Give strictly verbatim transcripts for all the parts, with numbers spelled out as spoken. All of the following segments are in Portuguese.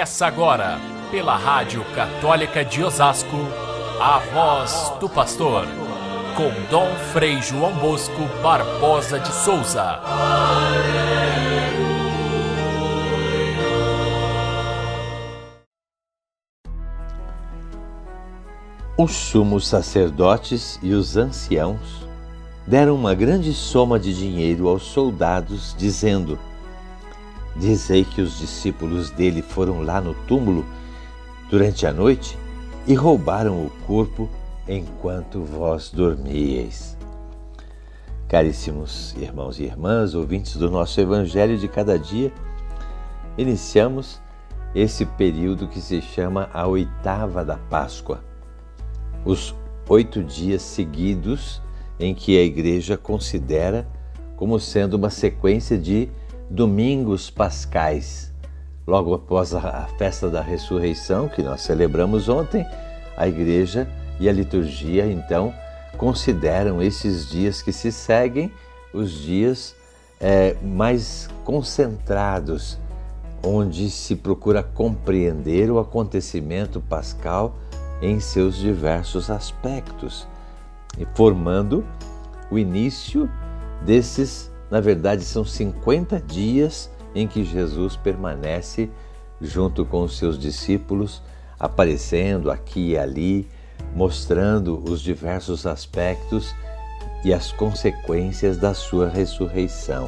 Começa agora, pela Rádio Católica de Osasco, a Voz do Pastor, com Dom Frei João Bosco Barbosa de Souza. Os sumos sacerdotes e os anciãos deram uma grande soma de dinheiro aos soldados, dizendo: dizei que os discípulos dele foram lá no túmulo durante a noite e roubaram o corpo enquanto vós dormíeis. Caríssimos irmãos e irmãs, ouvintes do nosso Evangelho de cada dia, iniciamos esse período que se chama a oitava da Páscoa, os oito dias seguidos em que a Igreja considera como sendo uma sequência de domingos pascais. Logo após a festa da ressurreição, que nós celebramos ontem, a Igreja e a liturgia, então, consideram esses dias que se seguem os dias é, mais concentrados, onde se procura compreender o acontecimento pascal em seus diversos aspectos, e formando o início desses, na verdade, são cinquenta dias em que Jesus permanece junto com os seus discípulos, aparecendo aqui e ali, mostrando os diversos aspectos e as consequências da sua ressurreição.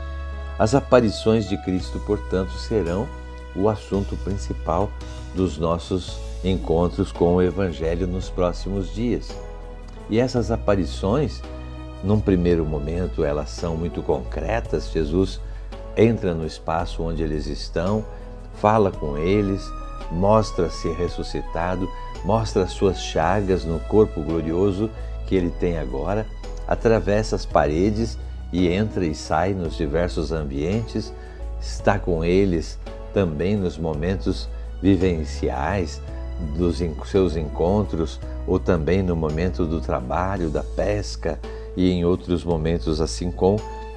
As aparições de Cristo, portanto, serão o assunto principal dos nossos encontros com o Evangelho nos próximos dias. E essas aparições, num primeiro momento, elas são muito concretas. Jesus entra no espaço onde eles estão, fala com eles, mostra-se ressuscitado, mostra as suas chagas no corpo glorioso que ele tem agora, atravessa as paredes e entra e sai nos diversos ambientes, está com eles também nos momentos vivenciais dos seus encontros, ou também no momento do trabalho, da pesca e em outros momentos, assim, com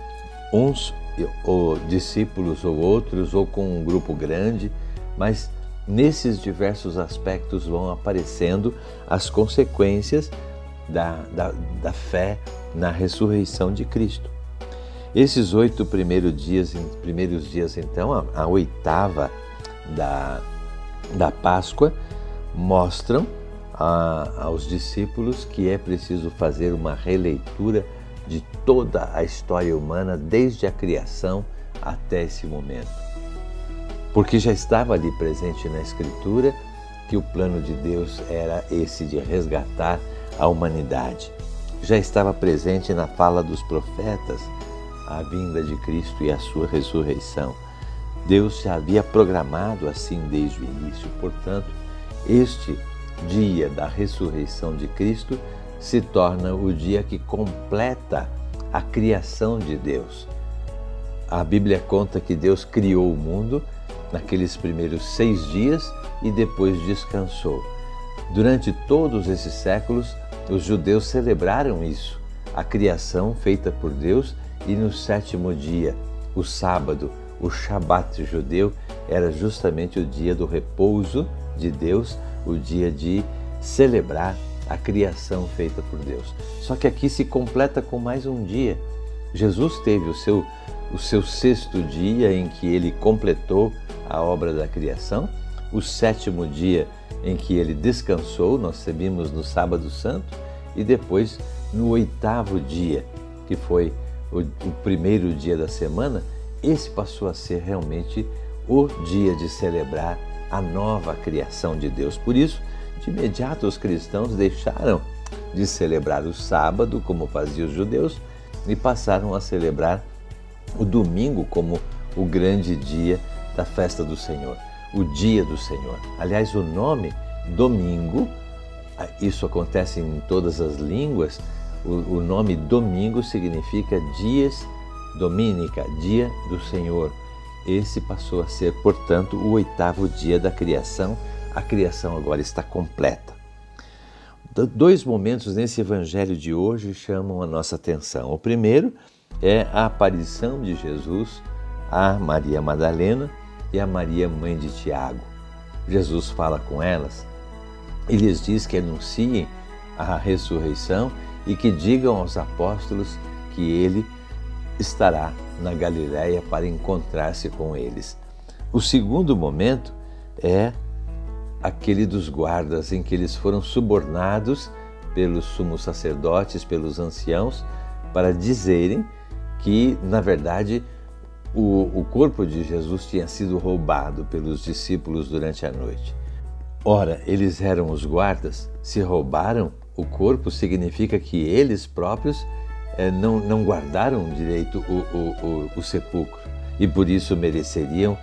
uns ou discípulos ou outros, ou com um grupo grande, mas nesses diversos aspectos vão aparecendo as consequências da, da, da fé na ressurreição de Cristo. Esses oito primeiros dias, primeiros dias então, a, a oitava da, da Páscoa, mostram a, aos discípulos que é preciso fazer uma releitura de toda a história humana, desde a criação até esse momento. Porque já estava ali presente na Escritura que o plano de Deus era esse de resgatar a humanidade. Já estava presente na fala dos profetas a vinda de Cristo e a sua ressurreição. Deus já havia programado assim desde o início. Portanto, este dia da ressurreição de Cristo se torna o dia que completa a criação de Deus. A Bíblia conta que Deus criou o mundo naqueles primeiros seis dias e depois descansou. Durante todos esses séculos, os judeus celebraram isso, a criação feita por Deus, e no sétimo dia, o sábado, o Shabat judeu, era justamente o dia do repouso de Deus, o dia de celebrar a criação feita por Deus. Só que aqui se completa com mais um dia. Jesus teve o seu, o seu sexto dia em que ele completou a obra da criação, o sétimo dia em que ele descansou, nós vimos no Sábado Santo, e depois no oitavo dia, que foi o, o primeiro dia da semana, esse passou a ser realmente o dia de celebrar a nova criação de Deus. Por isso, de imediato os cristãos deixaram de celebrar o sábado, como faziam os judeus, e passaram a celebrar o domingo como o grande dia da festa do Senhor, o dia do Senhor. Aliás, o nome domingo, isso acontece em todas as línguas, o, o nome domingo significa dies dominica, dia do Senhor. Esse passou a ser, portanto, o oitavo dia da criação. A criação agora está completa. Dois momentos nesse evangelho de hoje chamam a nossa atenção. O primeiro é a aparição de Jesus a Maria Madalena e a Maria, mãe de Tiago. Jesus fala com elas e lhes diz que anunciem a ressurreição e que digam aos apóstolos que ele estará na Galiléia para encontrar-se com eles. O segundo momento é aquele dos guardas, em que eles foram subornados pelos sumos sacerdotes, pelos anciãos, para dizerem que, na verdade, o, o corpo de Jesus tinha sido roubado pelos discípulos durante a noite. Ora, eles eram os guardas, se roubaram o corpo, significa que eles próprios eh, não, não guardaram direito o, o, o, o sepulcro e por isso mereceriam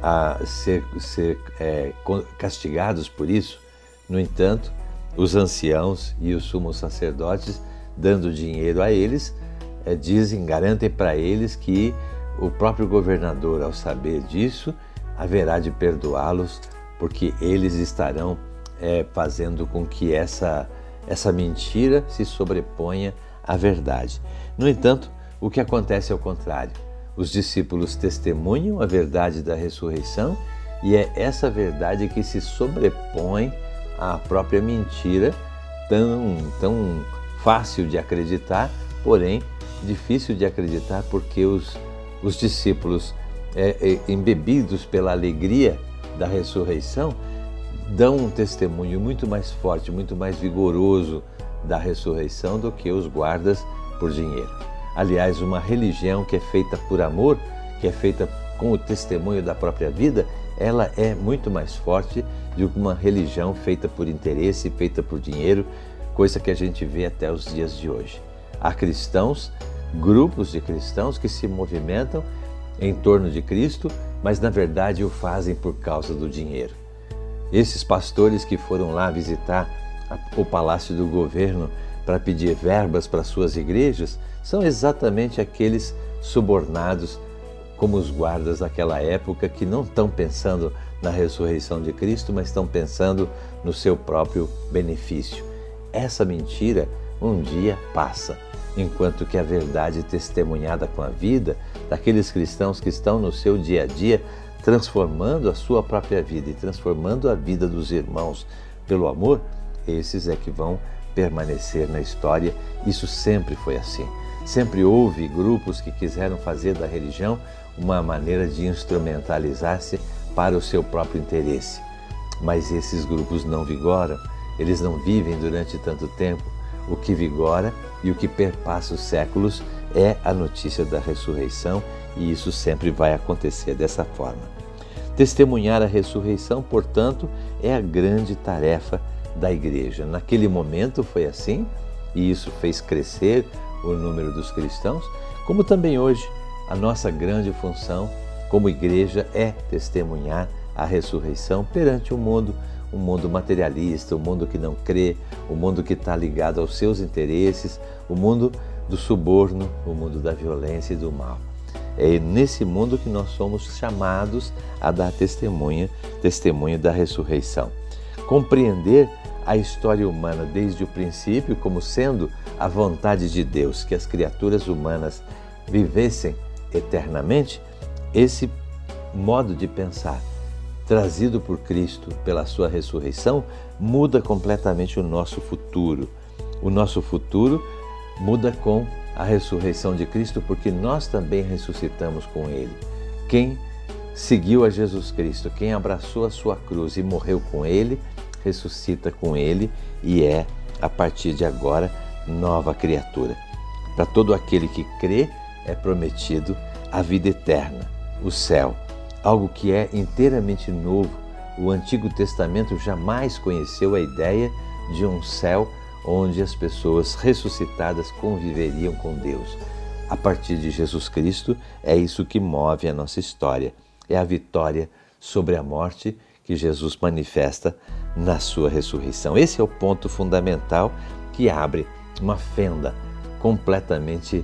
a ser, ser é, castigados por isso. No entanto, os anciãos e os sumos sacerdotes, dando dinheiro a eles, é, dizem, garantem para eles que o próprio governador, ao saber disso, haverá de perdoá-los, porque eles estarão é, fazendo com que essa, essa mentira se sobreponha à verdade. No entanto, o que acontece é o contrário. Os discípulos testemunham a verdade da ressurreição e é essa verdade que se sobrepõe à própria mentira, tão, tão fácil de acreditar, porém difícil de acreditar porque os, os discípulos, é, é, embebidos pela alegria da ressurreição, dão um testemunho muito mais forte, muito mais vigoroso da ressurreição do que os guardas por dinheiro. Aliás, uma religião que é feita por amor, que é feita com o testemunho da própria vida, ela é muito mais forte do que uma religião feita por interesse, feita por dinheiro, coisa que a gente vê até os dias de hoje. Há cristãos, grupos de cristãos que se movimentam em torno de Cristo, mas na verdade o fazem por causa do dinheiro. Esses pastores que foram lá visitar o palácio do governo para pedir verbas para suas igrejas, são exatamente aqueles subornados como os guardas daquela época que não estão pensando na ressurreição de Cristo, mas estão pensando no seu próprio benefício. Essa mentira um dia passa, enquanto que a verdade testemunhada com a vida daqueles cristãos que estão no seu dia a dia transformando a sua própria vida e transformando a vida dos irmãos pelo amor, esses é que vão permanecer na história. Isso sempre foi assim. Sempre houve grupos que quiseram fazer da religião uma maneira de instrumentalizar-se para o seu próprio interesse. Mas esses grupos não vigoram, eles não vivem durante tanto tempo. O que vigora e o que perpassa os séculos é a notícia da ressurreição, e isso sempre vai acontecer dessa forma. Testemunhar a ressurreição, portanto, é a grande tarefa da igreja. Naquele momento foi assim, e isso fez crescer o número dos cristãos, como também hoje a nossa grande função como igreja é testemunhar a ressurreição perante o mundo, um mundo materialista, um mundo que não crê, um mundo que está ligado aos seus interesses, o mundo do suborno, o mundo da violência e do mal. É nesse mundo que nós somos chamados a dar testemunha, testemunho da ressurreição. Compreender a história humana desde o princípio como sendo a vontade de Deus que as criaturas humanas vivessem eternamente, esse modo de pensar trazido por Cristo pela sua ressurreição muda completamente o nosso futuro. O nosso futuro muda com a ressurreição de Cristo, porque nós também ressuscitamos com Ele. Quem seguiu a Jesus Cristo, quem abraçou a sua cruz e morreu com Ele, ressuscita com Ele e é, a partir de agora, nova criatura. Para todo aquele que crê, é prometido a vida eterna, o céu, algo que é inteiramente novo. O Antigo Testamento jamais conheceu a ideia de um céu onde as pessoas ressuscitadas conviveriam com Deus. A partir de Jesus Cristo, é isso que move a nossa história. É a vitória sobre a morte que Jesus manifesta na sua ressurreição. Esse é o ponto fundamental que abre uma fenda completamente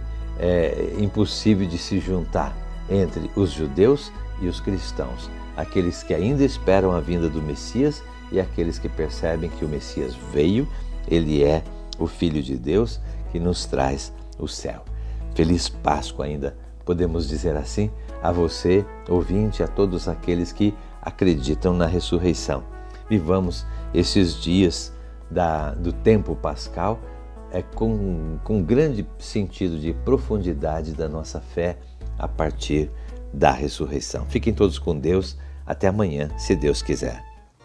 é, impossível de se juntar entre os judeus e os cristãos, aqueles que ainda esperam a vinda do Messias e aqueles que percebem que o Messias veio, ele é o Filho de Deus que nos traz o céu. Feliz Páscoa ainda, podemos dizer assim, a você, ouvinte, a todos aqueles que acreditam na ressurreição. Vivamos esses dias da, do tempo pascal é, com, com grande sentido de profundidade da nossa fé a partir da ressurreição. Fiquem todos com Deus. Até amanhã, se Deus quiser.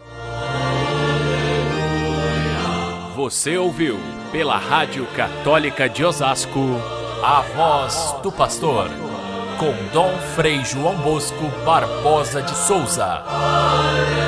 Você ouviu pela Rádio Católica de Osasco a Voz do Pastor, com Dom Frei João Bosco Barbosa de Souza.